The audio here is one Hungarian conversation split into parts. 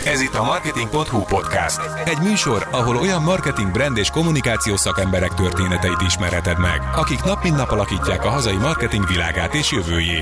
Ez itt a Marketing.hu podcast. Egy műsor, ahol olyan marketing, brand és kommunikációs szakemberek történeteit ismerheted meg, akik nap mint nap alakítják a hazai marketing világát és jövőjét.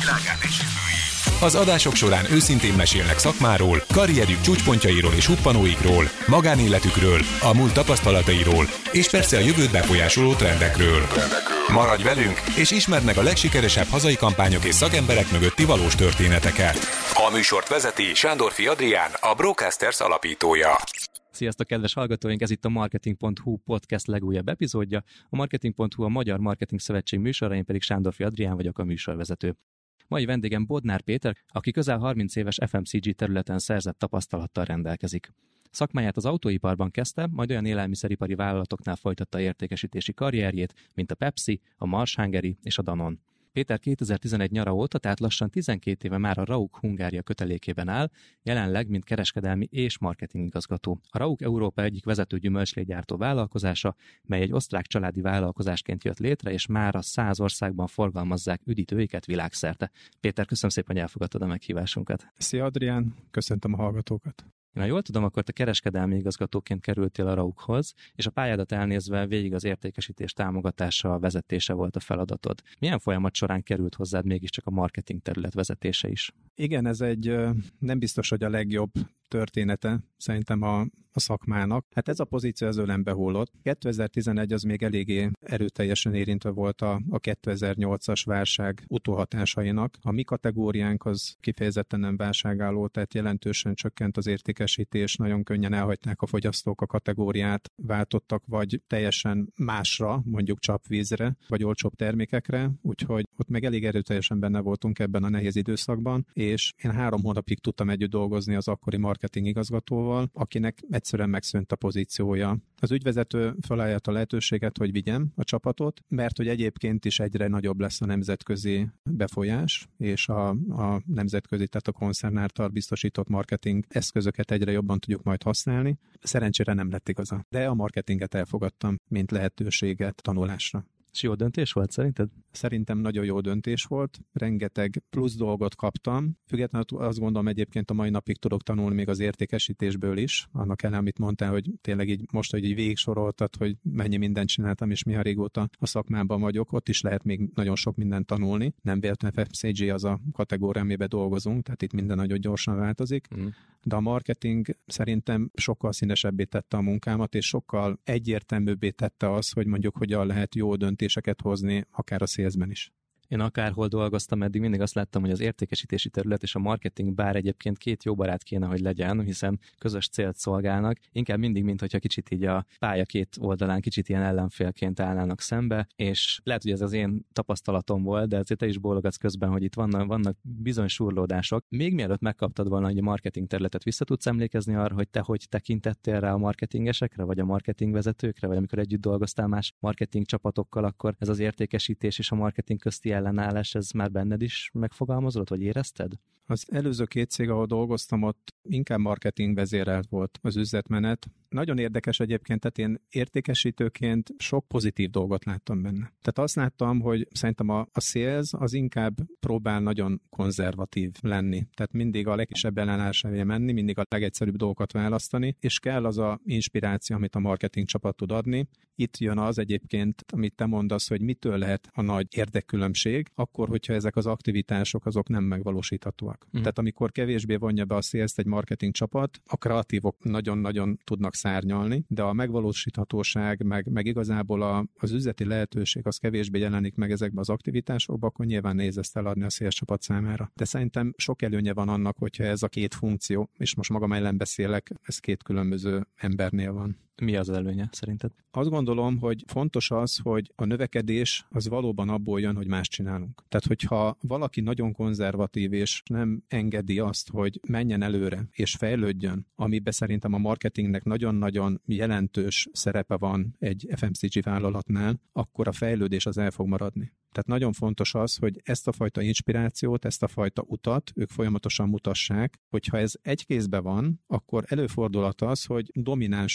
Az adások során őszintén mesélnek szakmáról, karrierjük csúcspontjairól és huppanóikról, magánéletükről, a múlt tapasztalatairól, és persze a jövőt befolyásoló trendekről. Maradj velünk, és ismerd meg a legsikeresebb hazai kampányok és szakemberek mögötti valós történeteket. A műsort vezeti Sándorfi Adrián, a Brocasters alapítója. Sziasztok, kedves hallgatóink! Ez itt a Marketing.hu podcast legújabb epizódja. A Marketing.hu a Magyar Marketing Szövetség műsora, én pedig Sándorfi Adrián vagyok, a műsorvezető. Mai vendégem Bodnár Péter, aki közel 30 éves FMCG területen szerzett tapasztalattal rendelkezik. Szakmáját az autóiparban kezdte, majd olyan élelmiszeripari vállalatoknál folytatta értékesítési karrierjét, mint a Pepsi, a Mars Hungary és a Danone. Péter 2011 nyara óta, tehát lassan 12 éve már a Rauk Hungária kötelékében áll, jelenleg mint kereskedelmi és marketingigazgató. A Rauk Európa egyik vezető gyümölcslégyártó vállalkozása, mely egy osztrák családi vállalkozásként jött létre, és mára 100 országban forgalmazzák üdítőiket világszerte. Péter, köszönöm szépen, hogy elfogadtad a meghívásunkat. Szia Adrián, köszöntöm a hallgatókat. Én ha jól tudom, akkor te kereskedelmi igazgatóként kerültél a Raukhoz, és a pályádat elnézve végig az értékesítés támogatása, vezetése volt a feladatod. Milyen folyamat során került hozzád mégiscsak a marketing terület vezetése is? Igen, ez egy nem biztos, hogy a legjobb története szerintem a szakmának. Hát ez a pozíció az ölembe hullott. 2011 az még eléggé erőteljesen érintve volt a 2008-as válság utóhatásainak. A mi kategóriánk az kifejezetten nem válságálló, tehát jelentősen csökkent az értékesítés, nagyon könnyen elhagyták a fogyasztók a kategóriát, váltottak vagy teljesen másra, mondjuk csapvízre, vagy olcsóbb termékekre, úgyhogy ott meg elég erőteljesen benne voltunk ebben a nehéz időszakban, és én 3 hónapig tudtam együtt dolgozni az akkori marketing igazgatóval, akinek egyszerűen megszűnt a pozíciója. Az ügyvezető felajánlotta a lehetőséget, hogy vigyem a csapatot, mert hogy egyébként is egyre nagyobb lesz a nemzetközi befolyás, és a nemzetközi, tehát a koncern által biztosított marketing eszközöket egyre jobban tudjuk majd használni. Szerencsére nem lett igaza, de a marketinget elfogadtam, mint lehetőséget tanulásra. És jó döntés volt szerinted? Szerintem nagyon jó döntés volt, rengeteg plusz dolgot kaptam, függetlenül azt gondolom egyébként a mai napig tudok tanulni még az értékesítésből is, annak ellen, amit mondtál, hogy tényleg így most, hogy így végig soroltad, hogy mennyi mindent csináltam, és milyen régóta a szakmában vagyok, ott is lehet még nagyon sok mindent tanulni. Nem véletlenül FMCG az a kategória, amiben dolgozunk, tehát itt minden nagyon gyorsan változik, de a marketing szerintem sokkal színesebbé tette a munkámat, és sokkal egyértelműbbé tette az, hogy mondjuk hogyan lehet jó döntéseket hozni, akár a salesben is. Én akárhol dolgoztam, eddig mindig azt láttam, hogy az értékesítési terület és a marketing bár egyébként két jó barát kéne, hogy legyen, hiszen közös célt szolgálnak, inkább mindig, mintha kicsit így a pálya két oldalán kicsit ilyen ellenfélként állnának szembe, és lehet, hogy ez az én tapasztalatom volt, de azért te is bólogatsz közben, hogy itt vannak bizony surlódások. Még mielőtt megkaptad volna, hogy a marketing területet vissza tudsz emlékezni arra, hogy te hogy tekintettél rá a marketingesekre, vagy a marketingvezetőkre, vagy amikor együtt dolgoztál más marketing csapatokkal, akkor ez az értékesítés és a marketing közti ellenállás, ez már benned is megfogalmazódott, vagy érezted? Az előző 2 cég, ahol dolgoztam, ott inkább marketing vezérelt volt az üzletmenet. Nagyon érdekes egyébként, tehát én értékesítőként sok pozitív dolgot láttam benne. Tehát azt láttam, hogy szerintem a sales az inkább próbál nagyon konzervatív lenni. Tehát mindig a legkisebb ellenállás elé menni, mindig a legegyszerűbb dolgokat választani, és kell az a inspiráció, amit a marketing csapat tud adni. Itt jön az egyébként, amit te mondasz, hogy mitől lehet a nagy érdekkülönbség, akkor, hogyha ezek az aktivitások azok nem megvalósíthatóak. Tehát amikor kevésbé vonja be a sales-t egy marketing csapat, a kreatívok nagyon-nagyon tudnak szárnyalni, de a megvalósíthatóság, meg igazából az üzleti lehetőség az kevésbé jelenik meg ezekben az aktivitásokban, akkor nyilván nehéz ezt eladni a sales csapat számára. De szerintem sok előnye van annak, hogyha ez a 2 funkció, és most magam ellen beszélek, ez 2 különböző embernél van. Mi az előnye szerinted? Azt gondolom, hogy fontos az, hogy a növekedés az valóban abból jön, hogy más csinálunk. Tehát, hogyha valaki nagyon konzervatív és nem engedi azt, hogy menjen előre és fejlődjön, amiben szerintem a marketingnek nagyon-nagyon jelentős szerepe van egy FMCG vállalatnál, akkor a fejlődés az el fog maradni. Tehát nagyon fontos az, hogy ezt a fajta inspirációt, ezt a fajta utat ők folyamatosan mutassák, hogyha ez egy kézben van, akkor előfordulhat az, hogy dominánsabb lesz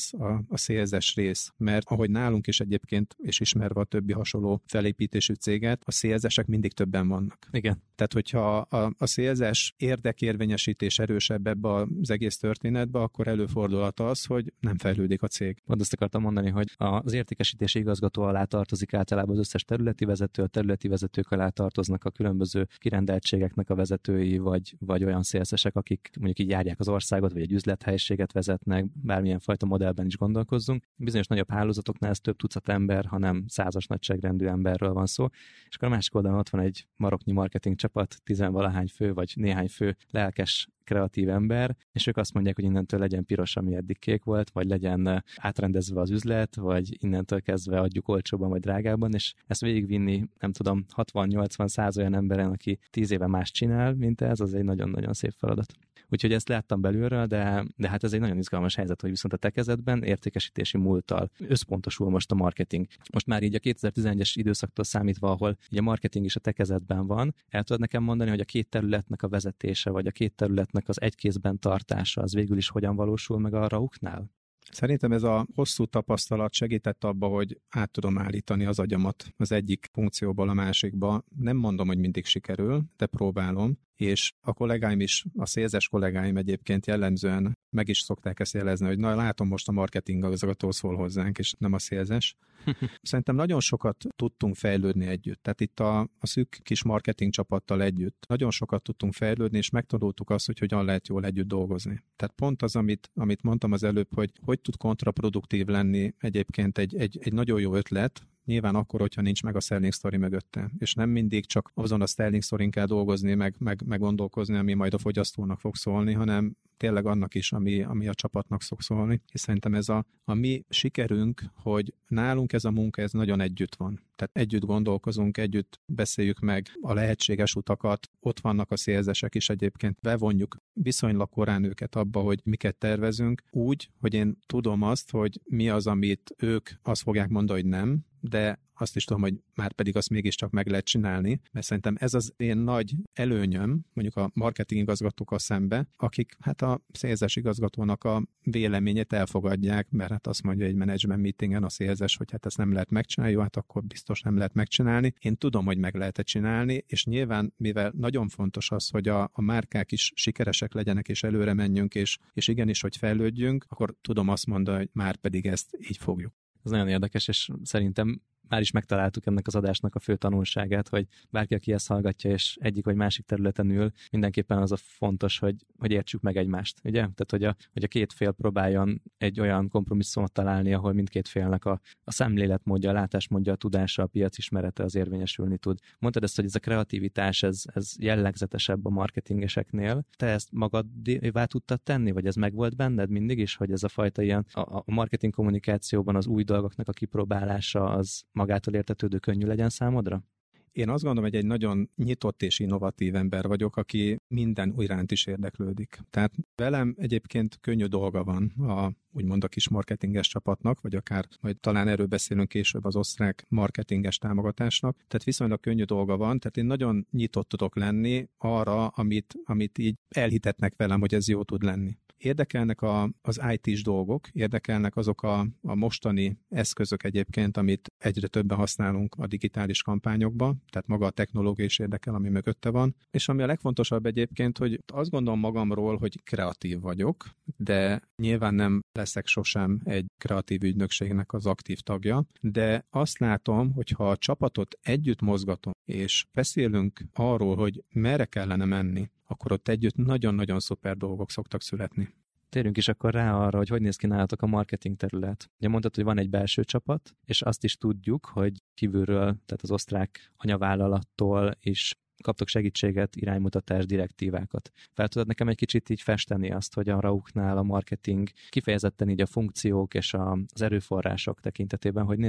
lesz a sales-es rész, mert ahogy nálunk is egyébként, és ismerve a többi hasonló felépítésű céget, a sales-esek mindig többen vannak. Igen. Tehát, hogyha a sales-es érdekérvényesítés erősebb ebbe az egész történetbe, akkor előfordulhat az, hogy nem fejlődik a cég. Pont azt akartam mondani, hogy az értékesítési igazgató alá tartozik általában az összes területi vezető, a területi vezetők alá tartoznak a különböző kirendeltségeknek a vezetői, vagy olyan szélszesek, akik mondjuk így járják az országot, vagy egy üzlethelyiséget vezetnek, bármilyen fajta modellben is gondolkozzunk. Bizonyos nagyobb hálózatoknál ez több tucat ember, hanem százas nagyságrendű emberről van szó, és akkor a másik oldalon ott van egy maroknyi marketing csapat, 10-valahány fő, vagy néhány fő lelkes kreatív ember, és ők azt mondják, hogy innentől legyen piros, ami eddig kék volt, vagy legyen átrendezve az üzlet, vagy innentől kezdve adjuk olcsóban, vagy drágában, és ezt végigvinni, nem tudom, 60-80-100 olyan emberen, aki 10 éve más csinál, mint ez, az egy nagyon-nagyon szép feladat. Úgyhogy ezt láttam belülről, de hát ez egy nagyon izgalmas helyzet, hogy viszont a te kezedben értékesítési múlttal összpontosul most a marketing. Most már így a 2011-es időszaktól számítva, ahol így a marketing is a te kezedben van, el tudod nekem mondani, hogy a két területnek a vezetése, vagy a két területnek az egy kézben tartása, az végül is hogyan valósul meg a Rauchnál? Szerintem ez a hosszú tapasztalat segített abba, hogy át tudom állítani az agyamat az egyik funkcióból a másikba. Nem mondom, hogy mindig sikerül, de próbálom, és a kollégáim is, a szélzes kollégáim egyébként jellemzően meg is szokták ezt jelezni, hogy na, látom, most a marketing igazgató szól hozzánk, és nem a szélzes. Szerintem nagyon sokat tudtunk fejlődni együtt. Tehát itt a szűk kis marketing csapattal együtt nagyon sokat tudtunk fejlődni, és megtanultuk azt, hogy hogyan lehet jól együtt dolgozni. Tehát pont az, amit mondtam az előbb, hogy tud kontraproduktív lenni egyébként egy nagyon jó ötlet, nyilván akkor, hogyha nincs meg a selling story mögötte. És nem mindig csak azon a selling storyn kell dolgozni, meg gondolkozni, ami majd a fogyasztónak fog szólni, hanem tényleg annak is, ami a csapatnak szok szólni. És szerintem ez a mi sikerünk, hogy nálunk ez a munka, ez nagyon együtt van. Tehát együtt gondolkozunk, együtt beszéljük meg a lehetséges utakat, ott vannak a szélzesek is egyébként, bevonjuk viszonylag korán őket abba, hogy miket tervezünk, úgy, hogy én tudom azt, hogy mi az, amit ők azt fogják mondani, hogy nem, de azt is tudom, hogy már pedig azt mégiscsak meg lehet csinálni, mert szerintem ez az én nagy előnyöm, mondjuk a marketing igazgatókkal szembe, akik hát a szélzes igazgatónak a véleményét elfogadják, mert hát azt mondja egy management meetingen a szélzes, hogy hát ezt nem lehet megcsinálni, jó, hát akkor biztos nem lehet megcsinálni. Én tudom, hogy meg lehet csinálni, és nyilván, mivel nagyon fontos az, hogy a márkák is sikeresek legyenek, és előre menjünk, és igenis, hogy fejlődjünk, akkor tudom azt mondani, hogy már pedig ezt így fogjuk. Ez nagyon érdekes, és szerintem már is megtaláltuk ennek az adásnak a fő tanulságát, hogy bárki, aki ezt hallgatja, és egyik vagy másik területen ül, mindenképpen az a fontos, hogy értsük meg egymást, ugye? Tehát, hogy a két fél próbáljon egy olyan kompromisszumot találni, ahol mindkét félnek a szemléletmódja, a látásmódja, a tudása, a piacismerete az érvényesülni tud. Mondtad ezt, hogy ez a kreativitás, ez jellegzetesebb a marketingeseknél. Te ezt magadévá tudtad tenni, vagy ez megvolt benned mindig is, hogy ez a fajta ilyen a marketing kommunikációban az új dolgoknak a kipróbálása az magától értetődő könnyű legyen számodra? Én azt gondolom, hogy egy nagyon nyitott és innovatív ember vagyok, aki minden iránt is érdeklődik. Tehát velem egyébként könnyű dolga van úgymond a kis marketinges csapatnak, vagy akár majd talán erről beszélünk később az osztrák marketinges támogatásnak. Tehát viszonylag könnyű dolga van, tehát én nagyon nyitott tudok lenni arra, amit így elhitetnek velem, hogy ez jó tud lenni. Érdekelnek az IT-s dolgok, érdekelnek azok a mostani eszközök egyébként, amit egyre többen használunk a digitális kampányokban, tehát maga a technológia is érdekel, ami mögötte van. És ami a legfontosabb egyébként, hogy azt gondolom magamról, hogy kreatív vagyok, de nyilván nem leszek sosem egy kreatív ügynökségnek az aktív tagja, de azt látom, hogy ha a csapatot együtt mozgatom, és beszélünk arról, hogy merre kellene menni, akkor ott együtt nagyon-nagyon szuper dolgok szoktak születni. Térjünk is akkor rá arra, hogy néz ki nálatok a marketing terület. Ugye mondtad, hogy van egy belső csapat, és azt is tudjuk, hogy kívülről, tehát az osztrák anyavállalattól is kaptok segítséget, iránymutatást, direktívákat. Fel tudod nekem egy kicsit így festeni azt, hogy a Rauchnál a marketing kifejezetten így a funkciók és az erőforrások tekintetében hogy néz ki?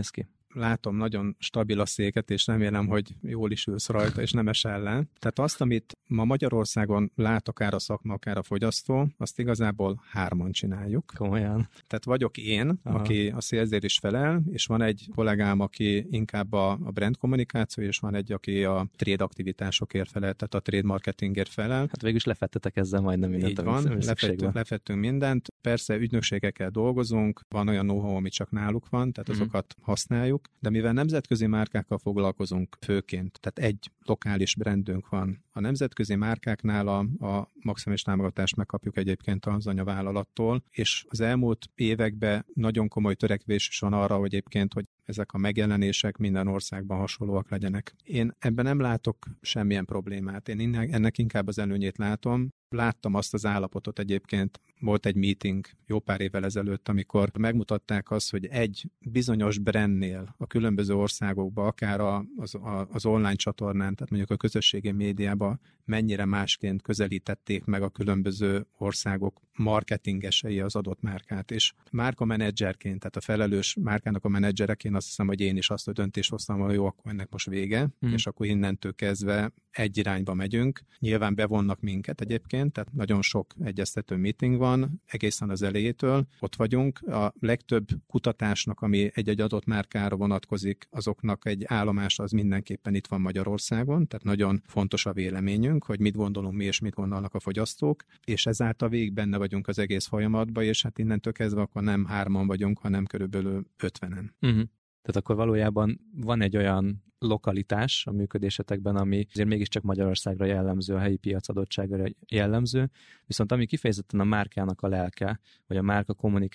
látom nagyon stabil a széket, és remélem, hogy jól is ülsz rajta, és nem esel le. Tehát azt, amit ma Magyarországon lát akár a szakma, akár a fogyasztó, azt igazából 3-an csináljuk. Komolyan. Tehát vagyok én, aki a szélzért is felel, és van egy kollégám, aki inkább a brand kommunikáció, és van egy, aki a trade aktivitásokért felel, tehát a trade marketingért felel. Hát végül is lefettetek ezzel majdnem mindent. Így van, lefettünk mindent. Persze ügynökségekkel dolgozunk, van olyan know-how, ami csak náluk van, tehát azokat használjuk, de mivel nemzetközi márkákkal foglalkozunk főként, tehát egy lokális brandünk van, a nemzetközi márkáknál a maximális támogatást megkapjuk egyébként az anyavállalattól, és az elmúlt években nagyon komoly törekvés is van arra, hogy egyébként, hogy ezek a megjelenések minden országban hasonlóak legyenek. Én ebben nem látok semmilyen problémát. Én ennek inkább az előnyét látom. Láttam azt az állapotot egyébként, volt egy meeting jó pár évvel ezelőtt, amikor megmutatták azt, hogy egy bizonyos brandnél a különböző országokban, akár az online csatornán, tehát mondjuk a közösségi médiában mennyire másként közelítették meg a különböző országok marketingesei az adott márkát. És márkamenedzserként, tehát a felelős márkának a menedzsereként azt hiszem, hogy én is azt a döntést hoztam, hogy jó, akkor ennek most vége, és akkor innentől kezdve egy irányba megyünk. Nyilván bevonnak minket egyébként, tehát nagyon sok egyeztető meeting van, egészen az elejétől ott vagyunk. A legtöbb kutatásnak, ami egy adott márkára vonatkozik, azoknak egy állomása az mindenképpen itt van Magyarországon, tehát nagyon fontos a véleményünk, hogy mit gondolunk mi, és mit gondolnak a fogyasztók, és ezáltal végig benne vagyunk az egész folyamatban, és hát innentől kezdve akkor nem 3-an vagyunk, hanem körülbelül 50-en. Tehát akkor valójában van egy olyan lokalitás a működésetekben, ami azért mégiscsak Magyarországra jellemző, a helyi piac adottságra jellemző, viszont ami kifejezetten a márkának a lelke, vagy a márka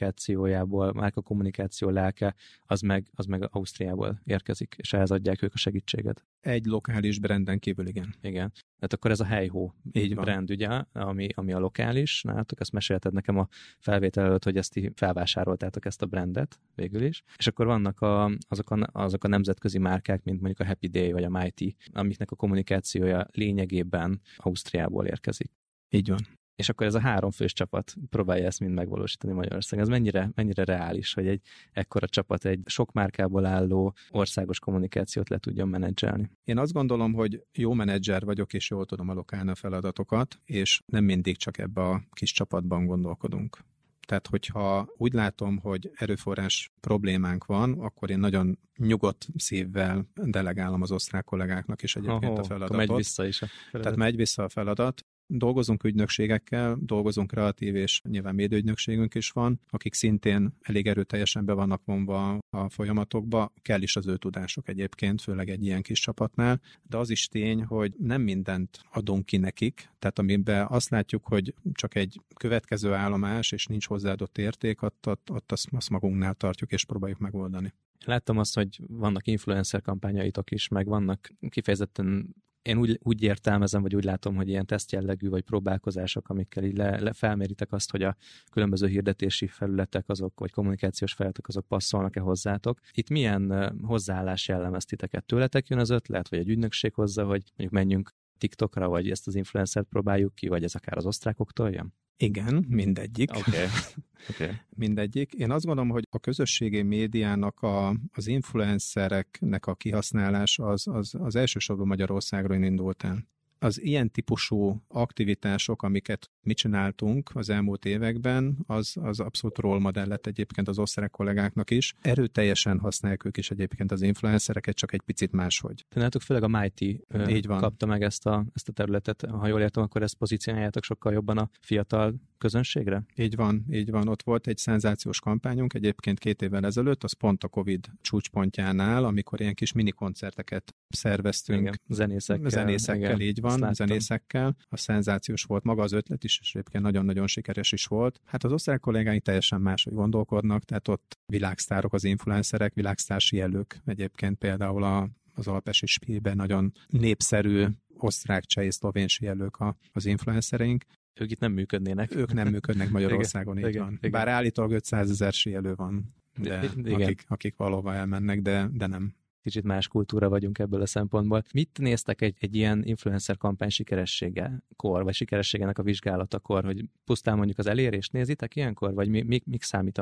kommunikáció lelke, az meg Ausztriából érkezik, és ehhez adják ők a segítséget. Egy lokális branden kívül, igen. Igen. Tehát akkor ez a Helyhó brand, ugye, ami a lokális, nálatok, ezt mesélted nekem a felvétel előtt, hogy ezt felvásároltátok ezt a brandet végül is, és akkor vannak azok a nemzetközi márkák, mint mondjuk a Happy Day vagy a Mighty, amiknek a kommunikációja lényegében Ausztriából érkezik. Így van. És akkor ez a 3 fős csapat próbálja ezt mind megvalósítani Magyarországon. Ez mennyire reális, hogy egy ekkora csapat egy sok márkából álló országos kommunikációt le tudjon menedzselni? Én azt gondolom, hogy jó menedzser vagyok, és jól tudom allokálni a feladatokat, és nem mindig csak ebbe a kis csapatban gondolkodunk. Tehát, hogyha úgy látom, hogy erőforrás problémánk van, akkor én nagyon nyugodt szívvel delegálom az osztrák kollégáknak is egyébként a feladatot. Megy vissza is a feladat. Tehát megy vissza a feladat. Dolgozunk ügynökségekkel, dolgozunk kreatív, és nyilván médiaügynökségünk is van, akik szintén elég erőteljesen be vannak vonva a folyamatokba. Kell is az ő tudások egyébként, főleg egy ilyen kis csapatnál, de az is tény, hogy nem mindent adunk ki nekik, tehát amiben azt látjuk, hogy csak egy következő állomás, és nincs hozzáadott érték, ott azt magunknál tartjuk, és próbáljuk megoldani. Láttam azt, hogy vannak influencer kampányaitok is, meg vannak kifejezetten, én úgy értelmezem, vagy úgy látom, hogy ilyen tesztjellegű vagy próbálkozások, amikkel így felméritek azt, hogy a különböző hirdetési felületek azok, vagy kommunikációs felületek azok passzolnak-e hozzátok. Itt milyen hozzáállás jellemez titeket? Tőletek jön az ötlet, vagy egy ügynökség hozza, hogy mondjuk menjünk TikTokra, vagy ezt az influencert próbáljuk ki, vagy ez akár az osztrákoktól jön? Igen, mindegyik. Okay. Mindegyik. Én azt gondolom, hogy a közösségi médiának az influencereknek a kihasználás az elsősorban Magyarországról indult el. Az ilyen típusú aktivitások, amiket mi csináltunk az elmúlt években, az abszolút role modell lett egyébként az osztrák kollégáknak is. Erőteljesen használják ők is egyébként az influencereket, csak egy picit máshogy. Nálatok főleg a Mighty kapta meg ezt a területet. Ha jól értem, akkor ezt pozícionáljátok sokkal jobban a fiatal közönségre? Így van. Ott volt egy szenzációs kampányunk egyébként 2 évvel ezelőtt, az pont a Covid csúcspontjánál, amikor ilyen kis mini koncerteket szerveztünk. Igen, zenészekkel, igen, így van, zenészekkel. A szenzációs volt maga az ötlet is, és egyébként nagyon-nagyon sikeres is volt. Hát az osztrák kollégáink teljesen máshogy gondolkodnak, tehát ott világsztárok az influencerek, világsztár jelők. Egyébként például az Alpesi Spielben nagyon népszerű osztrák, cseh és szlovén jelők az influencereink. Ők itt nem működnének. Ők nem működnek Magyarországon, így van. Igen. Bár állítólag 500 000 síelő van, de akik valóban elmennek, de nem. Kicsit más kultúra vagyunk ebből a szempontból. Mit néztek egy ilyen influencer kampány sikerességekor, vagy sikerességének a vizsgálatakor, hogy pusztán mondjuk az elérést nézitek ilyenkor, vagy mik számítanak?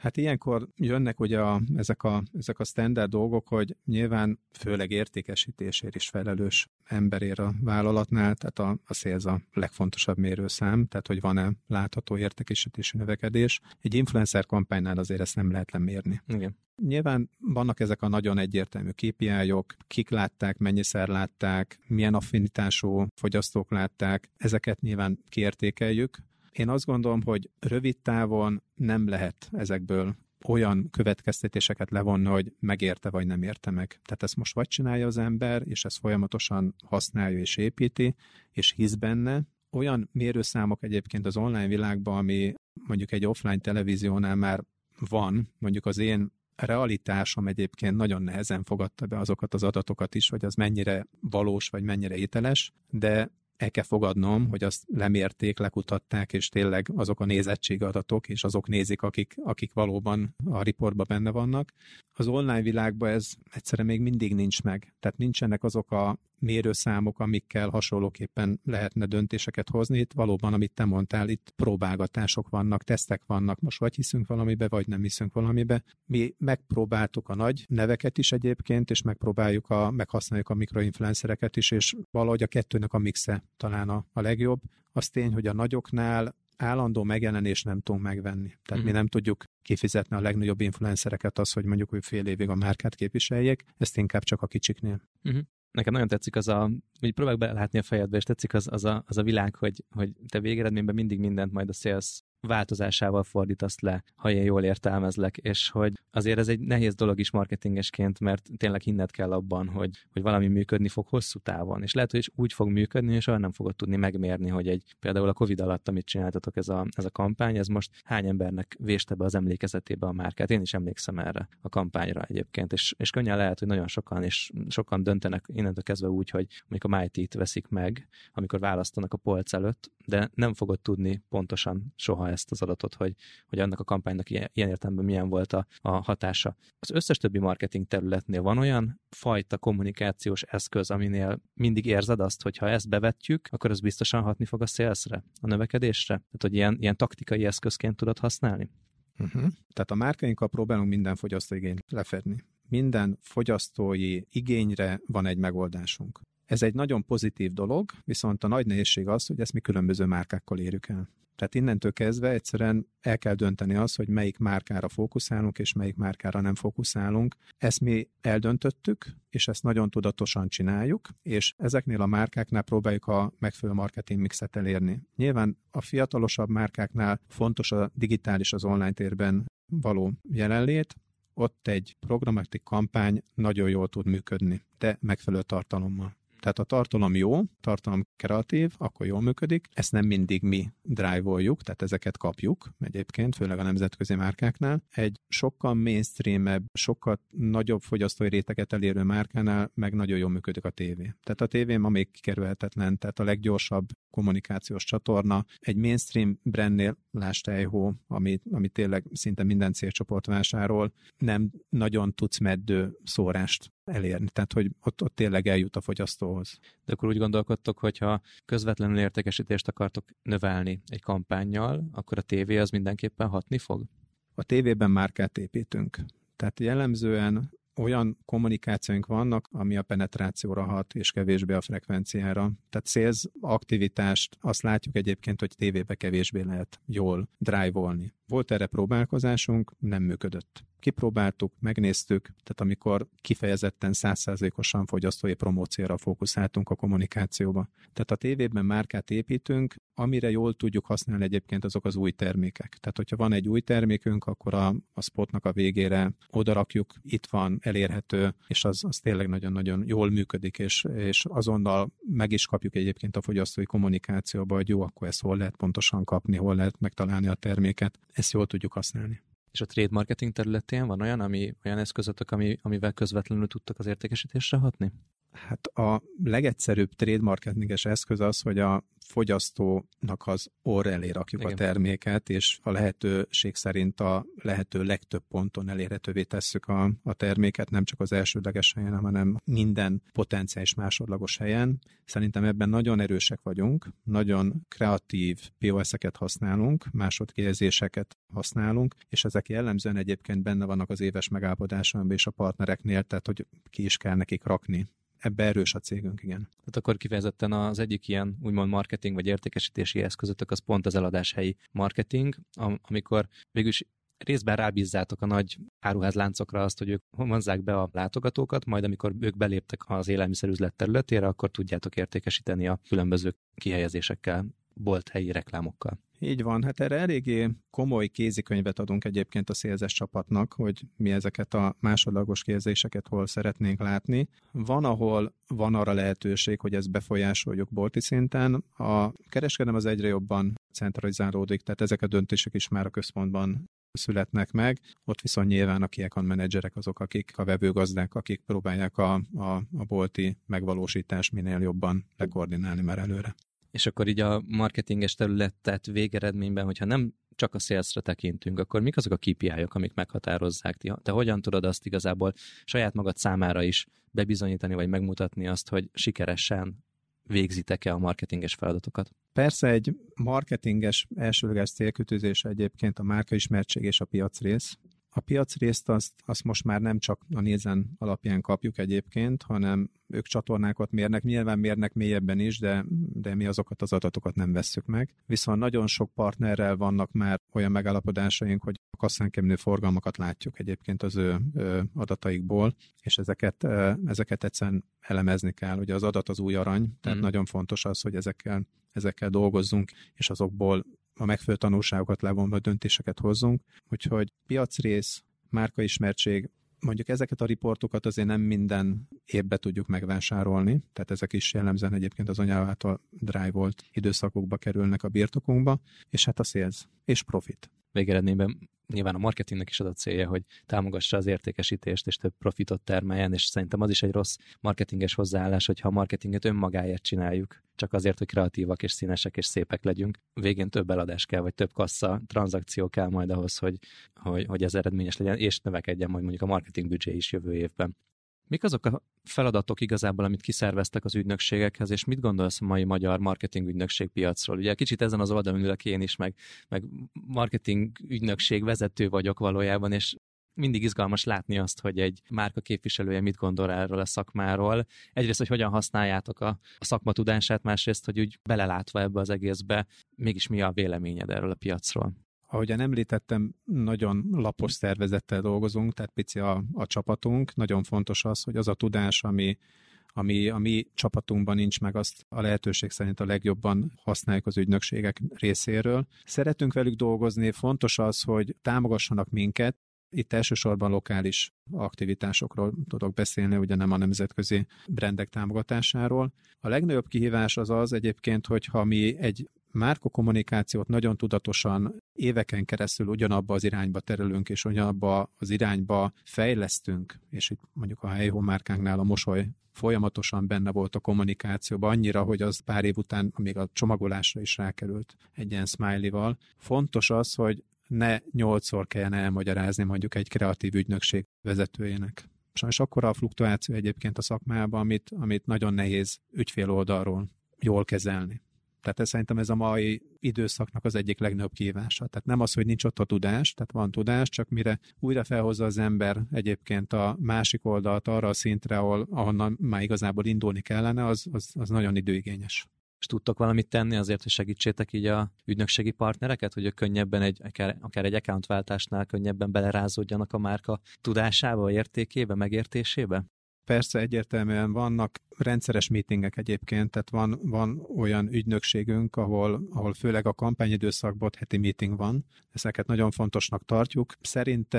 Hát ilyenkor jönnek ugye ezek a standard dolgok, hogy nyilván főleg értékesítésért is felelős ember ér a vállalatnál, tehát a sales a legfontosabb mérőszám, tehát hogy van-e látható értékesítési növekedés. Egy influencer kampánynál azért ezt nem lehet lemérni. Igen. Nyilván vannak ezek a nagyon egyértelmű KPI-ok, kik látták, mennyiszer látták, milyen affinitású fogyasztók látták, ezeket nyilván kiértékeljük. Én azt gondolom, hogy rövid távon nem lehet ezekből olyan következtetéseket levonni, hogy megérte vagy nem érte meg. Tehát ezt most vagy csinálja az ember, és ezt folyamatosan használja és építi, és hisz benne. Olyan mérőszámok egyébként az online világban, ami mondjuk egy offline televíziónál már van, mondjuk az én realitásom egyébként nagyon nehezen fogadta be azokat az adatokat is, hogy az mennyire valós, vagy mennyire hiteles, de el kell fogadnom, hogy azt lemérték, lekutatták, és tényleg azok a nézettségi adatok, és azok nézik, akik valóban a riportban benne vannak. Az online világban ez egyszerűen még mindig nincs meg. Tehát nincsenek azok a mérőszámok, amikkel hasonlóképpen lehetne döntéseket hozni. Itt valóban, amit te mondtál, itt próbálgatások vannak, tesztek vannak, most vagy hiszünk valamibe, vagy nem hiszünk valamibe. Mi megpróbáltuk a nagy neveket is egyébként, és meghasználjuk a mikroinfluencereket is, és valahogy a kettőnek a mixe talán a legjobb. Az tény, hogy a nagyoknál állandó megjelenést nem tudunk megvenni. Tehát mi nem tudjuk kifizetni a legnagyobb influencereket az, hogy mondjuk hogy fél évig a márkát képviseljék, ezt inkább csak a kicsiknél. Nekem nagyon tetszik hogy próbálj belátni a fejedbe, és tetszik az a világ, hogy te végeredményben mindig mindent majd a sales változásával fordítasz le, ha én jól értelmezlek, és hogy azért ez egy nehéz dolog is marketingesként, mert tényleg hinned kell abban, hogy valami működni fog hosszú távon, és lehet, hogy úgy fog működni, és olyan nem fogod tudni megmérni, hogy például a Covid alatt, amit csináltatok, ez a kampány, ez most hány embernek véste be az emlékezetébe a márkát. Én is emlékszem erre a kampányra egyébként, és könnyen lehet, hogy nagyon sokan döntenek innentől kezdve úgy, hogy mondjuk a MIT-t veszik meg, amikor választanak a polc előtt, de nem fogod tudni pontosan soha ezt az adatot, hogy annak a kampánynak ilyen értelemben milyen volt a hatása. Az összes többi marketing területnél van olyan fajta kommunikációs eszköz, aminél mindig érzed azt, hogy ha ezt bevetjük, akkor az biztosan hatni fog a salesre, a növekedésre? Tehát, hogy ilyen taktikai eszközként tudod használni? Tehát a márkáinkkal próbálunk minden fogyasztói igényt lefedni. Minden fogyasztói igényre van egy megoldásunk. Ez egy nagyon pozitív dolog, viszont a nagy nehézség az, hogy ezt mi különböző márkákkal érjük el. Tehát innentől kezdve egyszerűen el kell dönteni azt, hogy melyik márkára fókuszálunk, és melyik márkára nem fókuszálunk. Ezt mi eldöntöttük, és ezt nagyon tudatosan csináljuk, és ezeknél a márkáknál próbáljuk a megfelelő marketing mixet elérni. Nyilván a fiatalosabb márkáknál fontos a digitális, az online térben való jelenlét, ott egy programmatik kampány nagyon jól tud működni, de megfelelő tartalommal. Tehát a tartalom jó, tartalom kreatív, akkor jól működik. Ezt nem mindig mi drive-oljuk, tehát ezeket kapjuk egyébként, főleg a nemzetközi márkáknál. Egy sokkal mainstreamebb, sokkal nagyobb fogyasztói réteget elérő márkánál meg nagyon jól működik a tévé. Tehát a tévé ma még kikerülhetetlen, tehát a leggyorsabb kommunikációs csatorna. Egy mainstream brandnél, lásd Tejhó, ami tényleg szinte minden célcsoport vásárol, nem nagyon tudsz meddő szórást elérni, tehát hogy ott tényleg eljut a fogyasztóhoz. De akkor úgy gondolkodtok, hogyha közvetlenül értékesítést akartok növelni egy kampánnyal, akkor a tévé az mindenképpen hatni fog? A tévében márkát építünk. Tehát jellemzően olyan kommunikációink vannak, ami a penetrációra hat, és kevésbé a frekvenciára. Tehát sales aktivitást azt látjuk egyébként, hogy tévébe kevésbé lehet jól drive-olni. Volt erre próbálkozásunk, nem működött. Kipróbáltuk, megnéztük, tehát amikor kifejezetten 100%-osan fogyasztói promócióra fókuszáltunk a kommunikációba. Tehát a tévében márkát építünk, amire jól tudjuk használni egyébként azok az új termékek. Tehát, hogyha van egy új termékünk, akkor a spotnak a végére odarakjuk, itt van, elérhető, és az tényleg nagyon-nagyon jól működik, és azonnal meg is kapjuk egyébként a fogyasztói kommunikációba, hogy jó, akkor ezt hol lehet pontosan kapni, hol lehet megtalálni a terméket. Ezt jól tudjuk használni. És a trade marketing területén van olyan eszközötök, amivel közvetlenül tudtak az értékesítésre hatni? Hát a legegyszerűbb trade marketinges eszköz az, hogy a fogyasztónak az orr elé rakjuk a terméket, és a lehetőség szerint a lehető legtöbb ponton elérhetővé tesszük a terméket, nem csak az elsődleges helyen, hanem minden potenciális másodlagos helyen. Szerintem ebben nagyon erősek vagyunk, nagyon kreatív POS-eket használunk, másodkijelzéseket használunk, és ezek jellemzően egyébként benne vannak az éves megállapodásokban és a partnereknél, tehát hogy ki is kell nekik rakni. Ebbe erős a cégünk, igen. Tehát akkor kifejezetten az egyik ilyen úgymond marketing vagy értékesítési eszközötök az pont az eladáshelyi marketing, amikor végülis részben rábízzátok a nagy áruházláncokra azt, hogy ők vonzzák be a látogatókat, majd amikor ők beléptek az élelmiszerüzlet területére, akkor tudjátok értékesíteni a különböző kihelyezésekkel, bolthelyi reklámokkal. Így van, hát erre eléggé komoly kézikönyvet adunk egyébként a szélzes csapatnak, hogy mi ezeket a másodlagos kérdéseket hol szeretnénk látni. Van, ahol van arra lehetőség, hogy ezt befolyásoljuk bolti szinten. A kereskedelem az egyre jobban centralizálódik, tehát ezek a döntések is már a központban születnek meg. Ott viszont nyilván a key account menedzserek azok, akik a vevőgazdák, akik próbálják a bolti megvalósítást minél jobban lekoordinálni már előre. És akkor így a marketinges területet végeredményben, hogyha nem csak a salesre tekintünk, akkor mik azok a KPI-ok, amik meghatározzák? Te hogyan tudod azt igazából saját magad számára is bebizonyítani, vagy megmutatni azt, hogy sikeresen végzitek-e a marketinges feladatokat? Persze egy marketinges elsőleges célkütőzése egyébként a márkaismertség és a piacrész. A piacrészt azt most már nem csak a Nielsen alapján kapjuk egyébként, hanem ők csatornákat mérnek, nyilván mérnek mélyebben is, de mi azokat az adatokat nem vesszük meg. Viszont nagyon sok partnerrel vannak már olyan megállapodásaink, hogy a kasszán kívüli forgalmakat látjuk egyébként az ő adataikból, és ezeket egyszerűen elemezni kell. Ugye az adat az új arany, tehát nagyon fontos az, hogy ezekkel dolgozzunk, és azokból a megfelelő tanulságokat levonva döntéseket hozzunk, úgyhogy piacrész, márkaismertség, mondjuk ezeket a riportokat azért nem minden évben tudjuk megvásárolni, tehát ezek is jellemzően egyébként az anyával által drive-volt időszakokba kerülnek a birtokunkba, és hát a sales és profit. Végeredményben nyilván a marketingnek is az a célja, hogy támogassa az értékesítést és több profitot termeljen, és szerintem az is egy rossz marketinges hozzáállás, hogyha a marketinget önmagáért csináljuk, csak azért, hogy kreatívak és színesek és szépek legyünk. Végén több eladás kell, vagy több kassa tranzakció kell majd ahhoz, hogy ez eredményes legyen, és növekedjen majd mondjuk a marketing büdzsé is jövő évben. Mik azok a feladatok igazából, amit kiszerveztek az ügynökségekhez, és mit gondolsz a mai magyar marketing ügynökség piacról? Ugye kicsit ezen az oldalon ülök én is, meg marketing ügynökség vezető vagyok valójában, és mindig izgalmas látni azt, hogy egy márka képviselője mit gondol erről a szakmáról. Egyrészt, hogy hogyan használjátok a szakma tudását, másrészt, hogy úgy belelátva ebbe az egészbe, mégis mi a véleményed erről a piacról? Ahogyan említettem, nagyon lapos szervezettel dolgozunk, tehát pici a csapatunk. Nagyon fontos az, hogy az a tudás, ami a mi csapatunkban nincs meg, azt a lehetőség szerint a legjobban használjuk az ügynökségek részéről. Szeretünk velük dolgozni, fontos az, hogy támogassanak minket. Itt elsősorban lokális aktivitásokról tudok beszélni, ugye nem a nemzetközi brandek támogatásáról. A legnagyobb kihívás az egyébként, hogyha mi egy márkakommunikációt nagyon tudatosan éveken keresztül ugyanabba az irányba terelünk, és ugyanabba az irányba fejlesztünk, és itt mondjuk a Hey-Ho márkánknál a mosoly folyamatosan benne volt a kommunikációban, annyira, hogy az pár év után még a csomagolásra is rákerült egy ilyen smiley-val. Fontos az, hogy ne 8-szor kelljen elmagyarázni mondjuk egy kreatív ügynökség vezetőjének. Sajnos akkora a fluktuáció egyébként a szakmában, amit nagyon nehéz ügyfél oldalról jól kezelni. Tehát szerintem ez a mai időszaknak az egyik legnagyobb kihívása. Tehát nem az, hogy nincs ott a tudás, tehát van tudás, csak mire újra felhozza az ember egyébként a másik oldalt arra a szintre, ahonnan már igazából indulni kellene, az nagyon időigényes. És tudtok valamit tenni azért, hogy segítsétek így a ügynökségi partnereket, hogy ők könnyebben akár egy accountváltásnál könnyebben belerázódjanak a márka tudásába, értékébe, megértésébe? Persze, egyértelműen vannak rendszeres meetingek egyébként, tehát van olyan ügynökségünk, ahol főleg a kampányidőszakban heti meeting van. Ezeket nagyon fontosnak tartjuk. Szerintem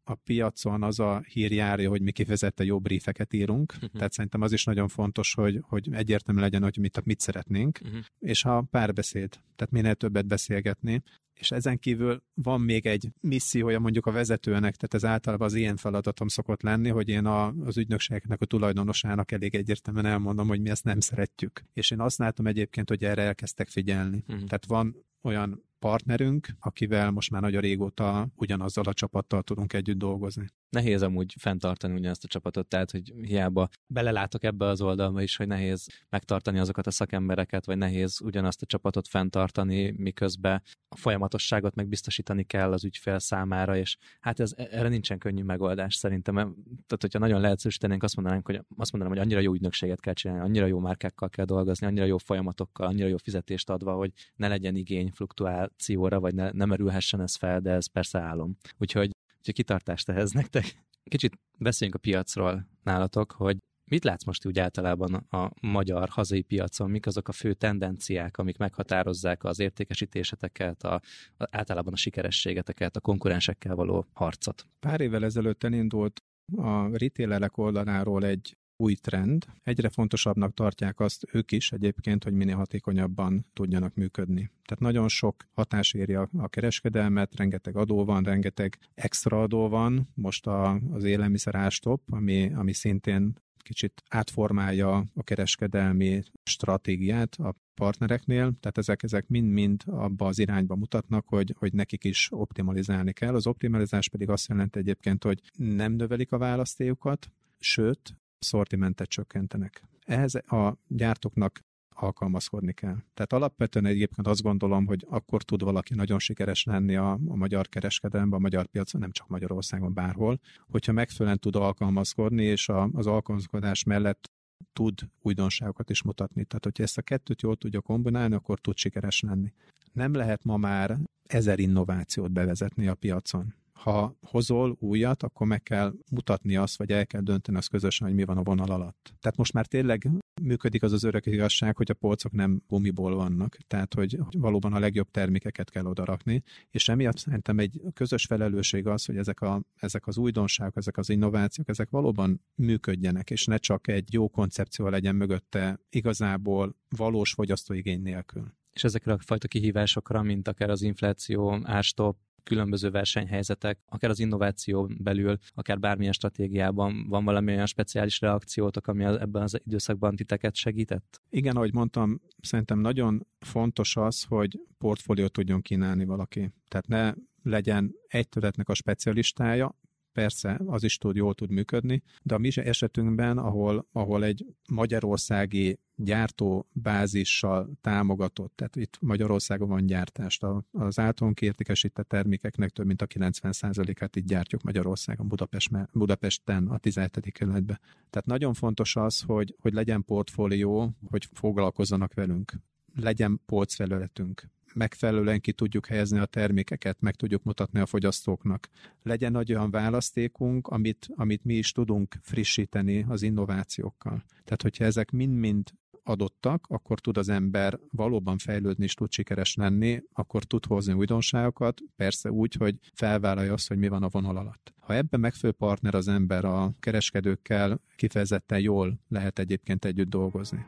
a piacon az a hír járja, hogy mi kifejezetten jó briefeket írunk, tehát szerintem az is nagyon fontos, hogy egyértelmű legyen, hogy mit szeretnénk, és a párbeszéd, tehát minél többet beszélgetni, és ezen kívül van még egy missziója mondjuk a vezetőnek, tehát ez általában az ilyen feladatom szokott lenni, hogy én az ügynökségeknek a tulajdonosának elég egyértelműen elmondom, hogy mi ezt nem szeretjük. És én azt látom egyébként, hogy erre elkezdtek figyelni. Tehát van olyan partnerünk, akivel most már nagyon régóta ugyanazzal a csapattal tudunk együtt dolgozni. Nehéz amúgy fenntartani ugyanazt a csapatot, tehát hogy hiába belelátok ebbe az oldalba is, hogy nehéz megtartani azokat a szakembereket, vagy nehéz ugyanazt a csapatot fenntartani, miközben a folyamatosságot megbiztosítani kell az ügyfél számára, és hát erre nincsen könnyű megoldás szerintem. Tehát, hogyha nagyon leegyszerűsítenénk, azt mondanám, hogy annyira jó ügynökséget kell csinálni, annyira jó márkákkal kell dolgozni, annyira jó folyamatokkal, annyira jó fizetést adva, hogy ne legyen igény fluktuációra, vagy ne merülhessen ez fel, de ez persze álom. Úgyhogy kitartást ehhez nektek. Kicsit beszéljünk a piacról nálatok, hogy mit látsz most úgy általában a magyar hazai piacon, mik azok a fő tendenciák, amik meghatározzák az értékesítéseteket, általában a sikerességeteket, a konkurensekkel való harcot? Pár évvel ezelőtt elindult a retailerek oldaláról egy új trend. Egyre fontosabbnak tartják azt ők is egyébként, hogy minél hatékonyabban tudjanak működni. Tehát nagyon sok hatás éri a kereskedelmet, rengeteg adó van, rengeteg extra adó van. Most az élelmiszer ástop, ami szintén kicsit átformálja a kereskedelmi stratégiát a partnereknél, tehát ezek mind-mind abba az irányba mutatnak, hogy nekik is optimalizálni kell. Az optimalizás pedig azt jelenti egyébként, hogy nem növelik a választéjukat, sőt, szortimentet csökkentenek. Ehhez a gyártóknak alkalmazkodni kell. Tehát alapvetően egyébként azt gondolom, hogy akkor tud valaki nagyon sikeres lenni a magyar kereskedelemben, a magyar piacon, nem csak Magyarországon, bárhol, hogyha megfelelően tud alkalmazkodni, és az alkalmazkodás mellett tud újdonságokat is mutatni. Tehát, hogyha ezt a kettőt jól tudja kombinálni, akkor tud sikeres lenni. Nem lehet ma már 1000 innovációt bevezetni a piacon. Ha hozol újat, akkor meg kell mutatni azt, vagy el kell dönteni azt közösen, hogy mi van a vonal alatt. Tehát most már tényleg működik az örök igazság, hogy a polcok nem gumiból vannak, tehát hogy valóban a legjobb termékeket kell odarakni, és emiatt szerintem egy közös felelősség az, hogy ezek az újdonságok, ezek az innovációk, ezek valóban működjenek, és ne csak egy jó koncepció legyen mögötte igazából valós fogyasztóigény nélkül. És ezekre a fajta kihívásokra, mint akár az infláció, árstop, különböző versenyhelyzetek, akár az innováció belül, akár bármilyen stratégiában van valami olyan speciális reakciótok, ami ebben az időszakban titeket segített? Igen, ahogy mondtam, szerintem nagyon fontos az, hogy portfóliót tudjon kínálni valaki. Tehát ne legyen egy területnek a specialistája, persze, az is jól tud működni, de a mi esetünkben, ahol egy magyarországi gyártóbázissal támogatott, tehát itt Magyarországon van gyártást, az általunk értékesített termékeknek több mint a 90%-át itt gyártjuk Magyarországon, Budapesten, a 17. kerületben. Tehát nagyon fontos az, hogy legyen portfólió, hogy foglalkozzanak velünk, legyen polcfelületünk, megfelelően ki tudjuk helyezni a termékeket, meg tudjuk mutatni a fogyasztóknak. Legyen olyan választékunk, amit mi is tudunk frissíteni az innovációkkal. Tehát, hogyha ezek mind-mind adottak, akkor tud az ember valóban fejlődni és tud sikeres lenni, akkor tud hozni újdonságokat, persze úgy, hogy felvállalja azt, hogy mi van a vonal alatt. Ha ebben megfelelő partner az ember, a kereskedőkkel kifejezetten jól lehet egyébként együtt dolgozni.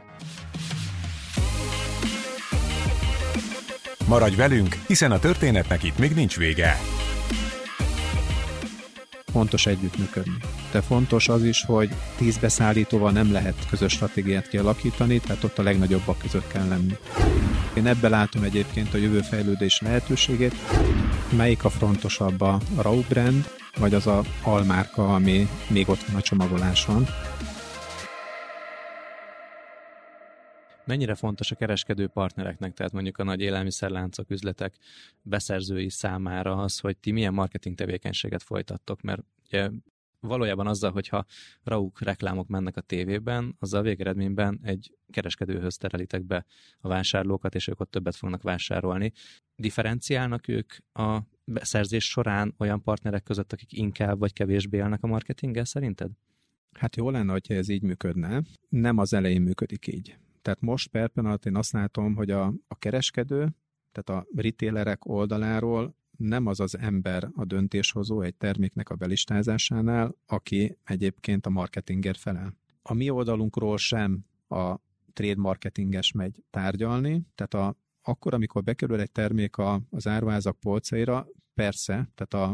Maradj velünk, hiszen a történetnek itt még nincs vége. Fontos együttműködni. De fontos az is, hogy 10 beszállítóval nem lehet közös stratégiát kialakítani, tehát ott a legnagyobbak között kell lenni. Én ebben látom egyébként a jövő fejlődés lehetőségét. Melyik a fontosabb, a Rau brand, vagy az a almárka, ami még ott van a csomagoláson? Mennyire fontos a kereskedő partnereknek, tehát mondjuk a nagy élelmiszerláncok, üzletek beszerzői számára az, hogy ti milyen marketing tevékenységet folytattok, mert ugye valójában azzal, hogyha Rauk reklámok mennek a tévében, azzal végeredményben egy kereskedőhöz terelitek be a vásárlókat, és ők ott többet fognak vásárolni. Differenciálnak ők a beszerzés során olyan partnerek között, akik inkább vagy kevésbé élnek a marketinggel szerinted? Hát jó lenne, hogyha ez így működne. Nem az elején működik így. Tehát most per pillanat én azt látom, hogy a kereskedő, tehát a retailerek oldaláról nem az az ember a döntéshozó egy terméknek a belistázásánál, aki egyébként a marketingért felel. A mi oldalunkról sem a trade marketinges megy tárgyalni, tehát akkor, amikor bekerül egy termék az áruházak polcaira, persze, tehát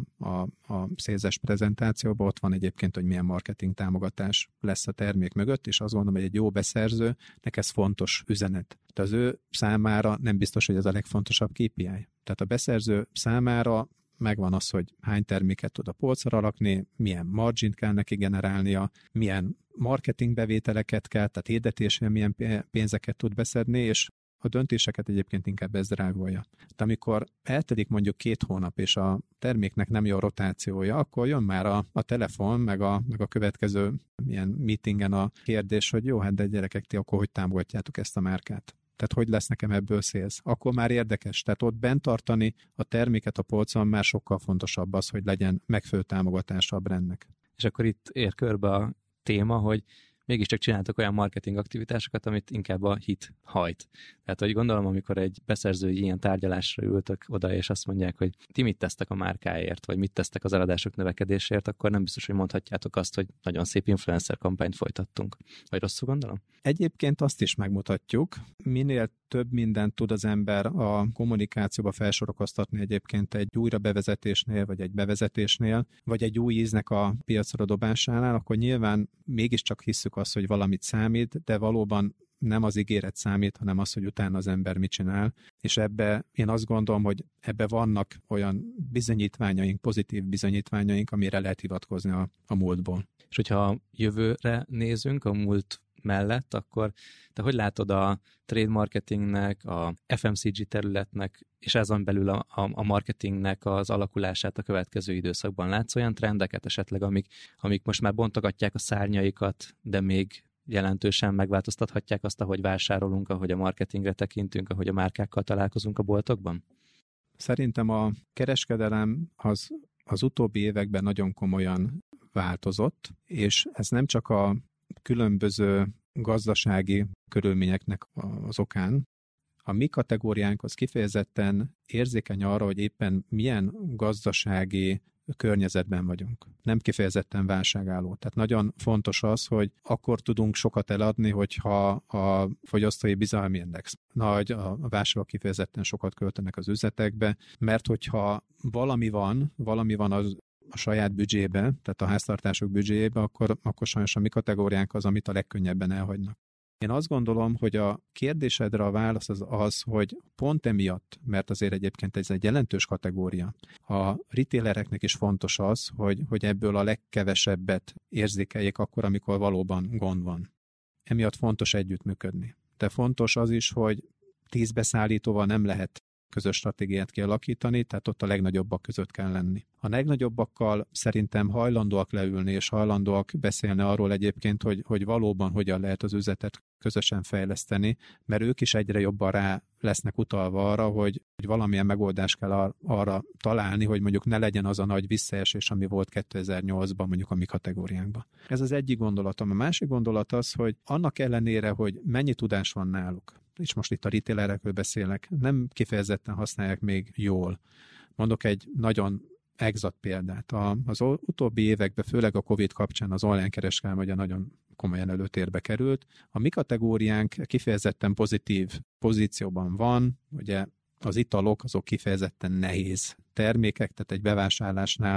a szélzes prezentációban ott van egyébként, hogy milyen marketing támogatás lesz a termék mögött, és azt gondolom, hogy egy jó beszerzőnek ez fontos üzenet. De az ő számára nem biztos, hogy ez a legfontosabb KPI. Tehát a beszerző számára megvan az, hogy hány terméket tud a polcra rakni, milyen margint kell neki generálnia, milyen marketingbevételeket kell, tehát hirdetésre milyen pénzeket tud beszedni, és a döntéseket egyébként inkább ez drágolja. De amikor eltelik mondjuk 2 hónap, és a terméknek nem jó rotációja, akkor jön már a telefon, meg a következő ilyen meetingen a kérdés, hogy jó, hát de gyerekek, ti akkor hogy támogatjátok ezt a márkát? Tehát hogy lesz nekem ebből sales? Akkor már érdekes. Tehát ott bent tartani a terméket a polcon már sokkal fontosabb az, hogy legyen megfelelő támogatása a brandnek. És akkor itt ér körbe a téma, hogy mégiscsak csináltak olyan marketing aktivitásokat, amit inkább a hit hajt. Tehát, hogy gondolom, amikor egy beszerzői ilyen tárgyalásra ültök oda, és azt mondják, hogy ti mit tesztek a márkáért, vagy mit tesztek az eladások növekedésért, akkor nem biztos, hogy mondhatjátok azt, hogy nagyon szép influencer kampányt folytattunk. Vagy rosszul gondolom? Egyébként azt is megmutatjuk, minél több mindent tud az ember a kommunikációba felsorokoztatni egyébként egy újra bevezetésnél, vagy egy bevezetésnél, vagy egy új íznek a piacra dobásánál, akkor nyilván mégiscsak hisszük azt, hogy valamit számít, de valóban nem az ígéret számít, hanem az, hogy utána az ember mit csinál. És ebbe én azt gondolom, hogy ebbe vannak olyan bizonyítványaink, pozitív bizonyítványaink, amire lehet hivatkozni a múltból. És hogyha jövőre nézünk, a múlt mellett, akkor te hogy látod a trade marketingnek, a FMCG területnek, és ezen belül a marketingnek az alakulását a következő időszakban? Látsz olyan trendeket esetleg, amik most már bontogatják a szárnyaikat, de még jelentősen megváltoztathatják azt, ahogy vásárolunk, ahogy a marketingre tekintünk, ahogy a márkákkal találkozunk a boltokban? Szerintem a kereskedelem az utóbbi években nagyon komolyan változott, és ez nem csak a különböző gazdasági körülményeknek az okán. A mi kategóriánk az kifejezetten érzékeny arra, hogy éppen milyen gazdasági környezetben vagyunk. Nem kifejezetten válságálló. Tehát nagyon fontos az, hogy akkor tudunk sokat eladni, hogyha a fogyasztói bizalmi index nagy, a vásárlók kifejezetten sokat költenek az üzletekbe, mert hogyha valami van az a saját büdzsébe, tehát a háztartások büdzséjébe, akkor sajnos a mi kategóriánk az, amit a legkönnyebben elhagynak. Én azt gondolom, hogy a kérdésedre a válasz az, hogy pont emiatt, mert azért egyébként ez egy jelentős kategória, a retailereknek is fontos az, hogy ebből a legkevesebbet érzékeljék akkor, amikor valóban gond van. Emiatt fontos együttműködni. De fontos az is, hogy 10 beszállítóval nem lehet közös stratégiát kialakítani, tehát ott a legnagyobbak között kell lenni. A legnagyobbakkal szerintem hajlandóak leülni, és hajlandóak beszélni arról egyébként, hogy valóban hogyan lehet az üzletet közösen fejleszteni, mert ők is egyre jobban rá lesznek utalva arra, hogy valamilyen megoldást kell arra találni, hogy mondjuk ne legyen az a nagy visszaesés, ami volt 2008-ban mondjuk a mi kategóriánkban. Ez az egyik gondolatom. A másik gondolat az, hogy annak ellenére, hogy mennyi tudás van náluk, és most itt a retailerekről beszélek, nem kifejezetten használják még jól. Mondok egy nagyon exakt példát. Az utóbbi években, főleg a Covid kapcsán az online kereskedelem ugye nagyon komolyan előtérbe került. A mi kategóriánk kifejezetten pozitív pozícióban van, ugye az italok azok kifejezetten nehéz termékek, tehát egy bevásárlásnál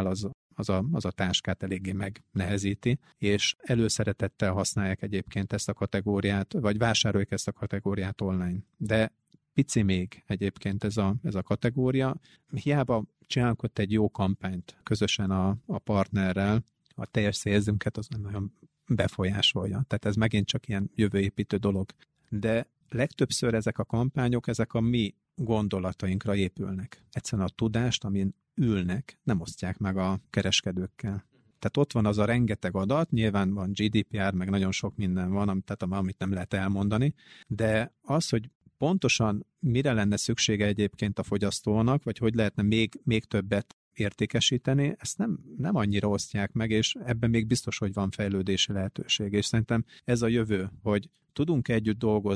az a táskát eléggé megnehezíti, és előszeretettel használják egyébként ezt a kategóriát, vagy vásárolják ezt a kategóriát online. De pici még egyébként ez a kategória. Hiába csinálunk ott egy jó kampányt közösen a partnerrel, a teljes szélzünket az nem nagyon befolyásolja. Tehát ez megint csak ilyen jövőépítő dolog. De legtöbbször ezek a kampányok, ezek a mi gondolatainkra épülnek. Egyszerűen a tudást, amin ülnek, nem osztják meg a kereskedőkkel. Tehát ott van az a rengeteg adat, nyilván van GDPR, meg nagyon sok minden van, amit nem lehet elmondani, de az, hogy pontosan mire lenne szüksége egyébként a fogyasztónak, vagy hogy lehetne még többet értékesíteni, ezt nem annyira osztják meg, és ebben még biztos, hogy van fejlődési lehetőség. És szerintem ez a jövő, hogy tudunk együtt dolgozni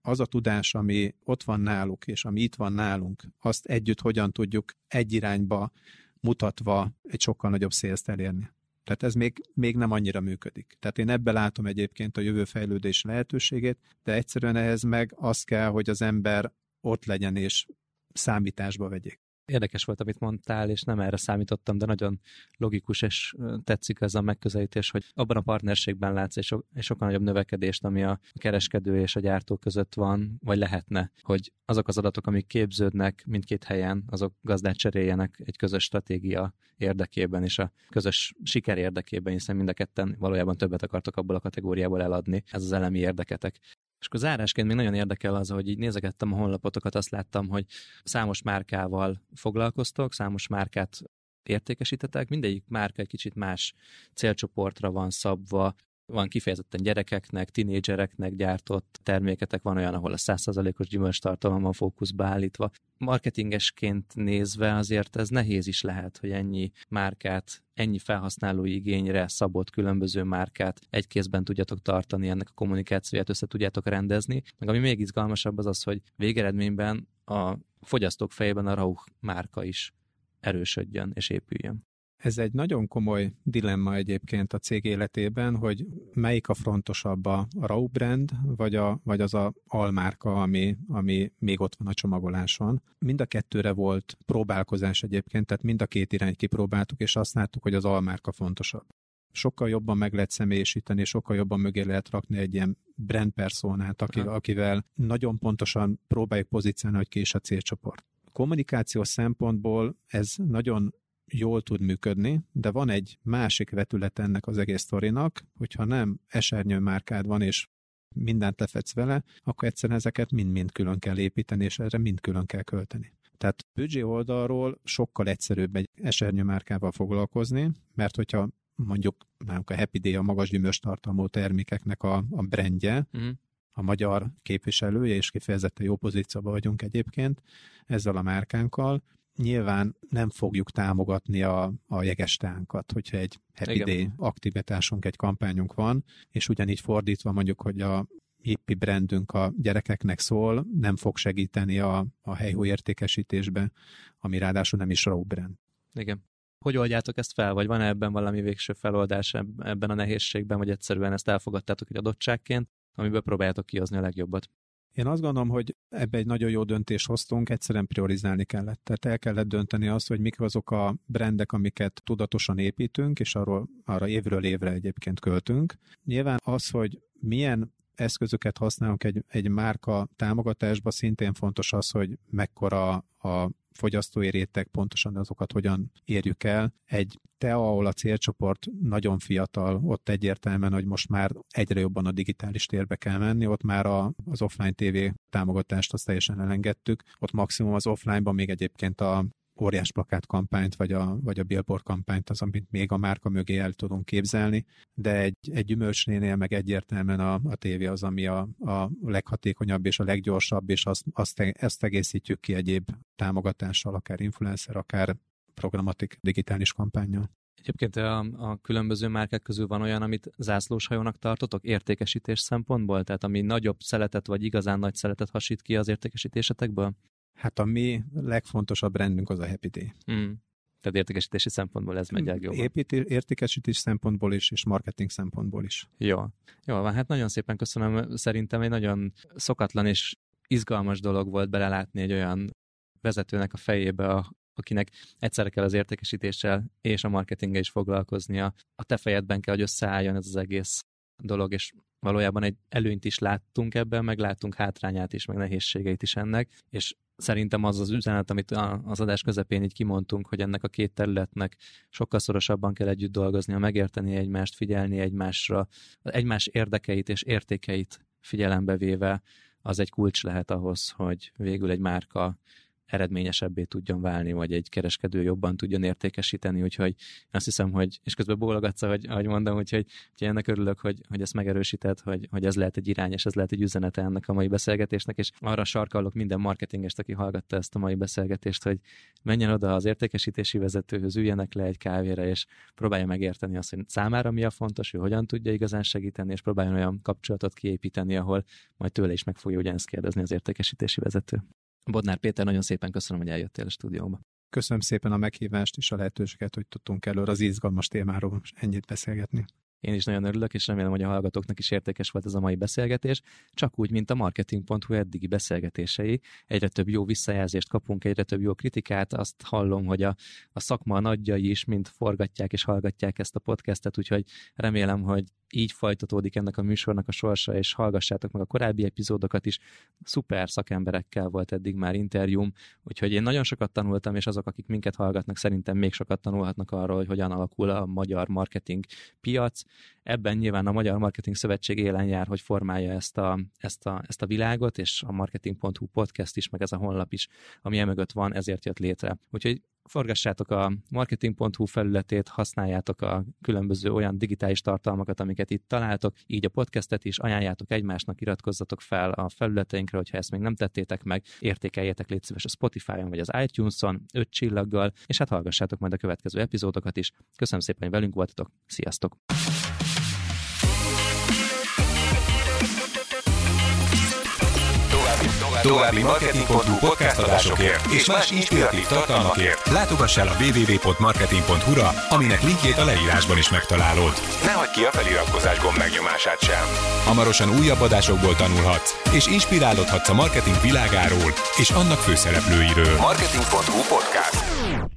az a tudás, ami ott van náluk, és ami itt van nálunk, azt együtt hogyan tudjuk egy irányba mutatva egy sokkal nagyobb szélzt elérni. Tehát ez még nem annyira működik. Tehát én ebben látom egyébként a jövő fejlődés lehetőségét, de egyszerűen ehhez meg az kell, hogy az ember ott legyen és számításba vegyék. Érdekes volt, amit mondtál, és nem erre számítottam, de nagyon logikus, és tetszik ez a megközelítés, hogy abban a partnerségben látsz egy sokkal nagyobb növekedést, ami a kereskedő és a gyártó között van, vagy lehetne, hogy azok az adatok, amik képződnek mindkét helyen, azok gazdát cseréljenek egy közös stratégia érdekében, és a közös siker érdekében, hiszen mind a ketten valójában többet akartok abból a kategóriából eladni. Ez az elemi érdeketek. És akkor zárásként még nagyon érdekel az, hogy így nézegettem a honlapotokat, azt láttam, hogy számos márkával foglalkoztok, számos márkát értékesítetek, mindegyik márka egy kicsit más célcsoportra van szabva, van kifejezetten gyerekeknek, tinédzsereknek gyártott terméketek, van olyan, ahol a 100%-os gyümölcstartalom van fókuszba állítva. Marketingesként nézve azért ez nehéz is lehet, hogy ennyi márkát, ennyi felhasználói igényre szabott különböző márkát egy kézben tudjatok tartani, ennek a kommunikációját össze tudjátok rendezni. Meg ami még izgalmasabb az az, hogy végeredményben a fogyasztók fejében a Rauch márka is erősödjön és épüljön. Ez egy nagyon komoly dilemma egyébként a cég életében, hogy melyik a fontosabb, a Rauch brand, vagy az a almárka, ami még ott van a csomagoláson. Mind a kettőre volt próbálkozás egyébként, tehát mind a két irányt kipróbáltuk, és azt láttuk, hogy az almárka fontosabb. Sokkal jobban meg lehet személyisíteni, sokkal jobban mögé lehet rakni egy ilyen brand personát, akivel nagyon pontosan próbáljuk pozícionálni, hogy ki is a célcsoport. Kommunikációs szempontból ez nagyon jól tud működni, de van egy másik vetület ennek az egész sztorinak, hogyha nem esernyő márkád van, és mindent lefedsz vele, akkor egyszerűen ezeket mind-mind külön kell építeni, és erre mind külön kell költeni. Tehát büdzsé oldalról sokkal egyszerűbb egy esernyő márkával foglalkozni, mert hogyha mondjuk nálunk a Happy Day a magas gyümölcstartalmú termékeknek a brandje, a magyar képviselője, és kifejezetten jó pozícióban vagyunk egyébként ezzel a márkánkkal, nyilván nem fogjuk támogatni a jegestánkat, hogyha egy Happy Day aktivitásunk, egy kampányunk van, és ugyanígy fordítva mondjuk, hogy a hippi brandünk a gyerekeknek szól, nem fog segíteni a helyhú értékesítésbe, ami ráadásul nem is Rauch brand. Igen. Hogy oldjátok ezt fel, vagy van ebben valami végső feloldás ebben a nehézségben, vagy egyszerűen ezt elfogadtátok egy adottságként, amiből próbáljátok kihozni a legjobbat? Én azt gondolom, hogy ebbe egy nagyon jó döntést hoztunk, egyszerűen priorizálni kellett. Tehát el kellett dönteni azt, hogy mik azok a brandek, amiket tudatosan építünk, és arra évről évre egyébként költünk. Nyilván az, hogy milyen eszközöket használunk egy márka támogatásba, szintén fontos az, hogy mekkora a fogyasztói réteg, pontosan azokat hogyan érjük el. Egy TEA, ahol a célcsoport nagyon fiatal, ott egyértelműen, hogy most már egyre jobban a digitális térbe kell menni, ott már az offline TV támogatást azt teljesen elengedtük, ott maximum az offline-ban még egyébként a óriás plakát kampányt, vagy a billboard kampányt az, amit még a márka mögé el tudunk képzelni, de egy gyümölcsnénél meg egyértelműen a tévé az, ami a leghatékonyabb és a leggyorsabb, és azt egészítjük ki egyéb támogatással, akár influencer, akár programatik digitális kampánnyal. Egyébként a különböző márkák közül van olyan, amit zászlóshajónak tartotok értékesítés szempontból? Tehát ami nagyobb szeletet, vagy igazán nagy szeletet hasít ki az értékesítésetekből? Hát a mi legfontosabb brandünk az a Happy Day. Tehát értékesítési szempontból ez megy legjobban. Értékesítés szempontból is, és marketing szempontból is. Jó van, hát nagyon szépen köszönöm. Szerintem egy nagyon szokatlan és izgalmas dolog volt belelátni egy olyan vezetőnek a fejébe, akinek egyszerre kell az értékesítéssel és a marketinggel is foglalkoznia. A te fejedben kell, hogy összeálljon ez az egész dolog, és valójában egy előnyt is láttunk ebben, meg láttunk hátrányát is, meg nehézségeit is ennek, és szerintem az az üzenet, amit az adás közepén így kimondtunk, hogy ennek a két területnek sokkal szorosabban kell együtt dolgoznia, megérteni egymást, figyelni egymásra, egymás érdekeit és értékeit figyelembe véve, az egy kulcs lehet ahhoz, hogy végül egy márka eredményesebbé tudjon válni, vagy egy kereskedő jobban tudjon értékesíteni, úgyhogy azt hiszem, hogy, és közben bólogatsz, ahogy mondom, úgyhogy ennek örülök, hogy ezt megerősíted, hogy ez lehet egy irány, és ez lehet egy üzenete ennek a mai beszélgetésnek, és arra sarkallok minden marketingest, aki hallgatta ezt a mai beszélgetést, hogy menjen oda az értékesítési vezetőhöz, üljenek le egy kávéra, és próbálja megérteni azt, hogy számára mi a fontos, ő hogyan tudja igazán segíteni, és próbáljon olyan kapcsolatot kiépíteni, ahol majd tőle is meg fogja ugyanezt kérdezni az értékesítési vezető. Bodnár Péter, nagyon szépen köszönöm, hogy eljöttél a stúdióba. Köszönöm szépen a meghívást és a lehetőséget, hogy tudtunk előre az izgalmas témáról ennyit beszélgetni. Én is nagyon örülök, és remélem, hogy a hallgatóknak is értékes volt ez a mai beszélgetés, csak úgy, mint a Marketing.hu eddigi beszélgetései. Egyre több jó visszajelzést kapunk, egyre több jó kritikát, azt hallom, hogy a szakma nagyjai is mind forgatják és hallgatják ezt a podcastet, úgyhogy remélem, hogy így folytatódik ennek a műsornak a sorsa, és hallgassátok meg a korábbi epizódokat is. Szuper szakemberekkel volt eddig már interjúm, úgyhogy én nagyon sokat tanultam, és azok, akik minket hallgatnak, szerintem még sokat tanulhatnak arról, hogy hogyan alakul a magyar marketing piac. Ebben nyilván a Magyar Marketing Szövetség élen jár, hogy formálja ezt a világot, és a Marketing.hu podcast is, meg ez a honlap is, ami emögött van, ezért jött létre. Úgyhogy forgassátok a Marketing.hu felületét, használjátok a különböző olyan digitális tartalmakat, amiket itt találtok, így a podcastet is, ajánljátok egymásnak, iratkozzatok fel a felületeinkre, hogyha ezt még nem tettétek meg, értékeljetek légy szíves a Spotify-on vagy az iTunes-on 5 csillaggal, és hát hallgassátok majd a következő epizódokat is. Köszönöm szépen, hogy velünk voltatok, sziasztok! További Marketing.hu podcast adásokért és más inspiratív tartalmakért látogass el a www.marketing.hu-ra, aminek linkjét a leírásban is megtalálod. Ne hagyd ki a feliratkozás gomb megnyomását sem. Hamarosan újabb adásokból tanulhatsz, és inspirálódhatsz a marketing világáról és annak főszereplőiről. Marketing.hu podcast.